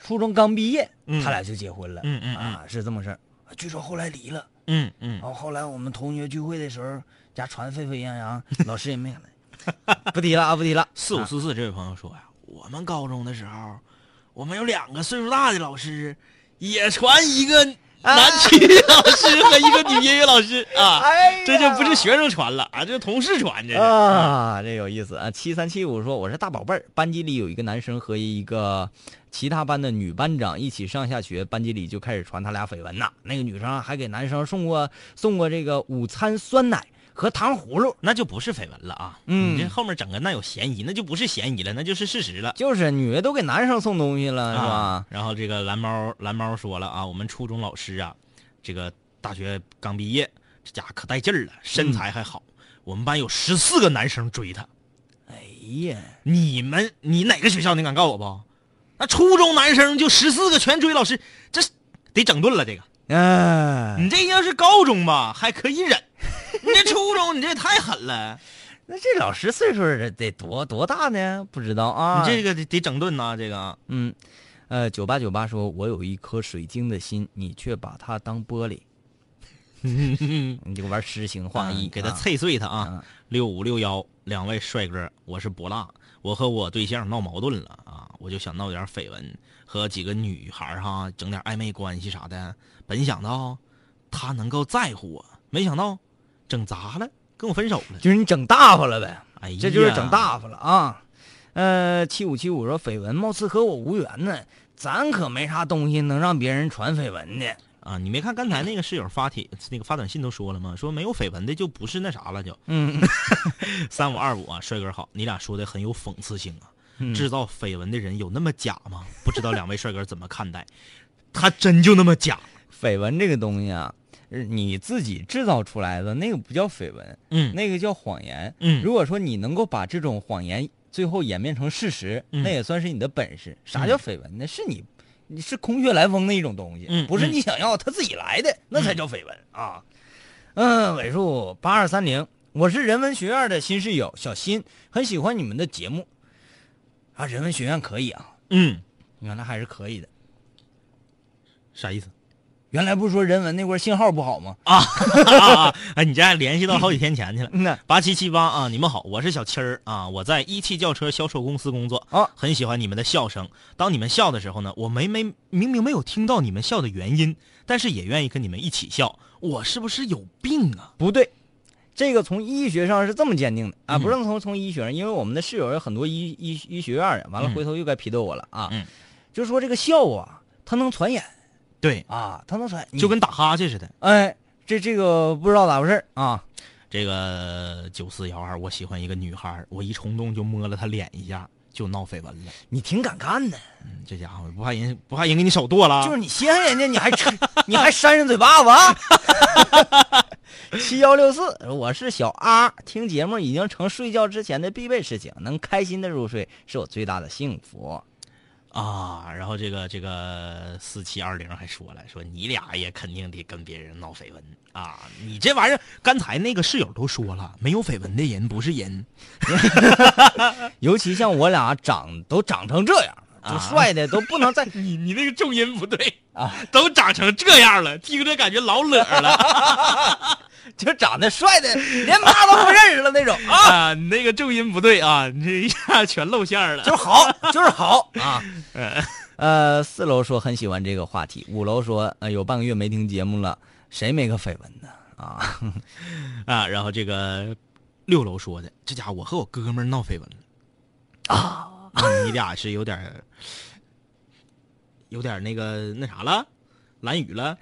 初中刚毕业， 嗯他俩就结婚了。 嗯嗯啊，是这么事儿。据说后来离了。 嗯嗯， 然后后来我们同学聚会的时候，家传沸沸扬扬，老师也没来。不提了啊，不提了。 四五四四这位朋友说呀，我们高中的时候，我们有两个岁数大的老师，也传一个男体育老师和一个女音乐老师啊， 哎、 这就不是学生传了啊，这是同事传，这是啊，这有意思啊。七三七五说我是大宝贝儿，班级里有一个男生和一个其他班的女班长一起上下学，班级里就开始传他俩绯闻呐。那个女生还给男生送过送过这个午餐酸奶和糖葫芦， 那就不是绯闻了啊。 嗯， 你这后面整个那有嫌疑，那就不是嫌疑了，那就是事实了。 就是女的都给男生送东西了，是吧？ 啊、然后这个蓝猫蓝猫说了啊，我们初中老师啊，这个大学刚毕业，这家伙可带劲儿了，身材还好。嗯、我们班有十四个男生追他。 哎呀， 你们你哪个学校？你敢告诉我不？那初中男生就十四个全追老师，这得整顿了这个。 哎， 你这要是高中吧还可以忍，你这初中你这也太狠了。 那这老师岁数得多多大呢？不知道啊。 你这个得得整顿呐、啊，这个。 嗯，呃，九八九八说，我有一颗水晶的心，你却把它当玻璃。你就玩诗情画意， 嗯、给他碎碎他啊！六五六幺，两位帅哥，我是博辣，我和我对象闹矛盾了啊，我就想闹点绯闻，和几个女孩哈整点暧昧关系啥的。本想到他能够在乎我，没想到整砸了，跟我分手了。 就是你整大发了呗， 哎呀， 这就是整大发了啊！呃，七五七五说绯闻貌似和我无缘呢，咱可没啥东西能让别人传绯闻的。 啊，你没看刚才那个室友发帖那个发短信都说了吗？说没有绯闻的就不是那啥了就。 嗯， 三五二五啊，帅哥好，你俩说的很有讽刺性啊。 嗯、 制造绯闻的人有那么假吗？不知道两位帅哥怎么看待？他真就那么假？ 绯闻这个东西啊，你自己制造出来的那个不叫绯闻， 嗯， 那个叫谎言。 嗯， 如果说你能够把这种谎言最后演变成事实， 嗯、 那也算是你的本事。啥叫绯闻呢？是你。你是空穴来风的一种东西， 嗯、 不是你想要他自己来的，嗯、那才叫绯闻啊。嗯，尾数八二三零，我是人文学院的新室友小新，很喜欢你们的节目啊。人文学院可以啊， 嗯， 原来还是可以的。 啥意思？ 原来不是说人文那块信号不好吗？ 啊，哎，你这还联系到好几天前去了。 嗯， 八七七八啊，你们好，我是小七儿啊，我在一汽轿车销售公司工作啊， 很喜欢你们的笑声。当你们笑的时候呢，我没没明明没有听到你们笑的原因，但是也愿意跟你们一起笑。我是不是有病啊？ 不对，这个从医学上是这么鉴定的啊， 嗯、 不是从从医学上，因为我们的室友有很多医医医学院啊，完了回头又该批斗我了啊。 嗯， 就是说这个笑啊，它能传染。 对啊，他能传， 就跟打哈欠似的。 哎，这这个不知道咋回事啊。 这个九四幺二，我喜欢一个女孩，我一冲动就摸了她脸一下，就闹绯闻了。 你挺敢干的， 嗯，这家伙不怕人不怕人给你手剁了？ 就是你稀罕人家，你还吃，你还扇人嘴巴子啊？七幺六四，我是小阿，听节目已经成睡觉之前的必备事情，能开心的入睡是我最大的幸福。 啊，然后这个这个四七二零还说了，说你俩也肯定得跟别人闹绯闻啊！你这玩意儿，刚才那个室友都说了，没有绯闻的人不是人。 尤其像我俩长都长成这样，就帅的都不能再、 啊、你你那个重音不对啊， 都长成这样了，听着感觉老乐了。 就长得帅的连妈都不认识了那种啊！ 啊你那个重音不对啊，你这一下全露馅了。 就是好，就是好啊！呃，四楼说很喜欢这个话题，五楼说呃有半个月没听节目了，谁没个绯闻呢？啊啊！然后这个六楼说的，这家伙我和我哥们儿闹绯闻了啊！你俩是有点有点那个那啥了。蓝雨了，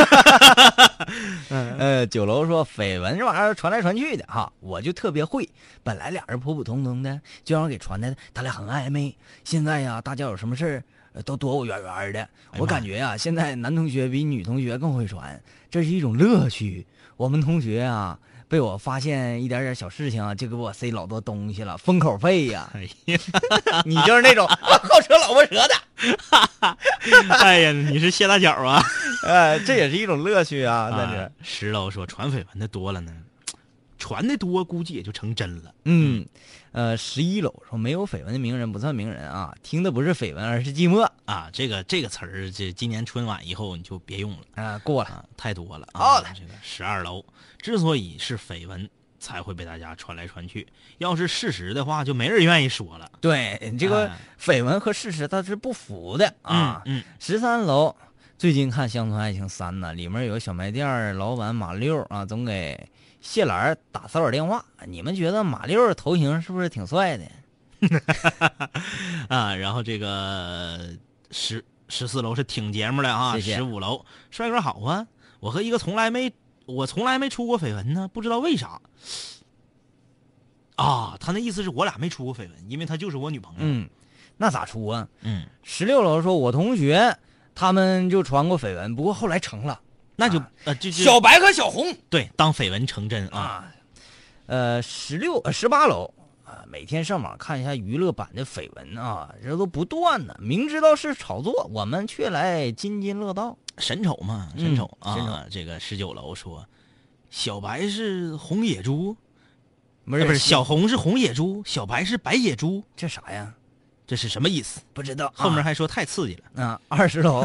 呃，九楼说绯闻这玩意儿传来传去的哈，我就特别会。本来俩人普普通通的，就让人给传的，他俩很暧昧。现在呀，大家有什么事儿都躲我远远的。我感觉呀，现在男同学比女同学更会传，这是一种乐趣。我们同学啊，被我发现一点点小事情啊，就给我塞老多东西了，封口费呀。 哎呀， 你就是那种好扯老婆舌的。 哎呀，你是谢大脚啊！ 哎，这也是一种乐趣啊！但是石楼说传绯闻的多了呢， 传的多，估计也就成真了。 嗯，呃，十一楼说没有绯闻的名人不算名人啊，听的不是绯闻，而是寂寞啊。这个这个词儿，这今年春晚以后你就别用了啊，过了， 啊、太多了啊。 好了， 这个十二楼之所以是绯闻，才会被大家传来传去。要是事实的话，就没人愿意说了。 对，这个绯闻和事实它是不符的啊。 嗯， 十三楼最近看《乡村爱情三》呢，里面有小卖店老板马六啊，总给谢兰打骚扰电话。你们觉得马六头型是不是挺帅的？ 啊，然后这个十十四楼是挺节目的啊。 谢谢。 十五楼帅哥好啊，我和一个从来没我从来没出过绯闻呢，不知道为啥。啊，他那意思是我俩没出过绯闻，因为他就是我女朋友。 嗯，那咋出啊？ 嗯， 十六楼说，我同学他们就传过绯闻，不过后来成了， 那就、 啊、 呃，这小白和小红对，当绯闻成真啊。 啊呃，十六呃十八楼啊，每天上网看一下娱乐版的绯闻啊，这都不断呢，明知道是炒作，我们却来津津乐道。 神丑嘛，神丑、 嗯、神丑啊！这个十九楼说，小白是红野猪。 不是、 啊、不是，小红是红野猪，小白是白野猪， 这啥呀？ 这是什么意思？ 不知道。 后面还说太刺激了啊！二十楼，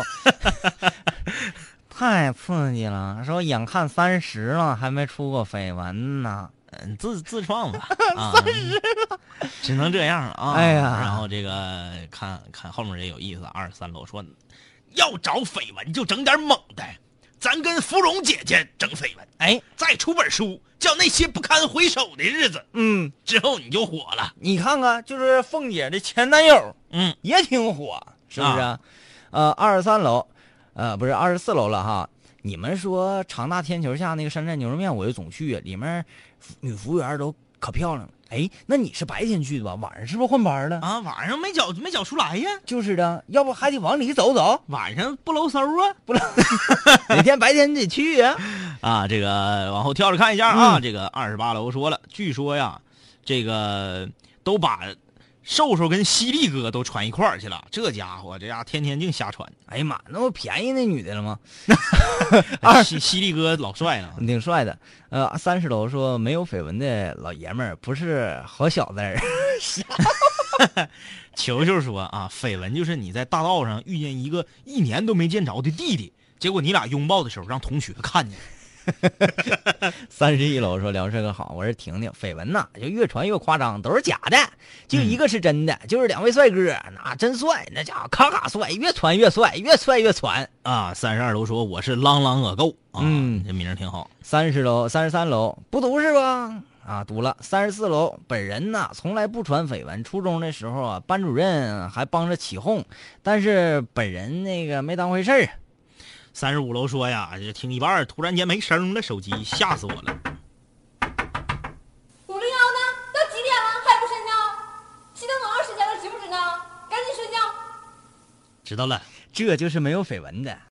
太刺激了。说眼看三十了，还没出过绯闻呢。 嗯，自自创吧。 三十了， 只能这样啊！ 哎呀， 然后这个看看后面也有意思。二十三楼说，要找绯闻就整点猛的。咱跟芙蓉姐姐整绯闻， 哎， 再出本书叫《那些不堪回首的日子》， 嗯， 之后你就火了。 你看看，就是凤姐的前男友， 嗯， 也挺火，是不是？啊、呃，二十三楼，呃，不是二十四楼了哈。你们说长大天桥下那个山寨牛肉面，我就总去，里面女服务员都可漂亮了。哎，那你是白天去的吧？晚上是不是换班了？ 啊，晚上没找没找出来呀。 就是的，要不还得往里走走。 晚上不搂搜啊， 不搂。哪天白天你得去呀。 啊，这个往后跳着看一下啊， 嗯、 这个二十八楼说了，据说呀，这个都把瘦瘦跟犀利哥都传一块儿去了。这家伙，这家天天净瞎传。 哎呀妈，那不便宜那女的了吗？ 二犀犀利哥老帅了， 挺帅的。呃，三十楼说没有绯闻的老爷们儿不是好小子儿。 球球说啊，绯闻就是你在大道上遇见一个一年都没见着的弟弟，结果你俩拥抱的时候让同学看见。 三十一楼说聊这个好，我是婷婷。绯闻呐，就越传越夸张，都是假的，就一个是真的，嗯、就是两位帅哥，那真帅，那家伙咔咔帅，越传越帅，越帅越传啊！三十二楼说我是朗朗恶够啊， 嗯， 这名儿挺好。 三十楼、三十三楼不读是吧？啊，读了。三十四楼，本人呐从来不传绯闻，初中的时候啊，班主任还帮着起哄，但是本人那个没当回事儿。 三十五楼说呀，这听一半突然间没声了，手机吓死我了。 五零幺呢？都几点了还不睡觉？熄灯多长时间了？知不知道？赶紧睡觉。 知道了， 这就是没有绯闻的。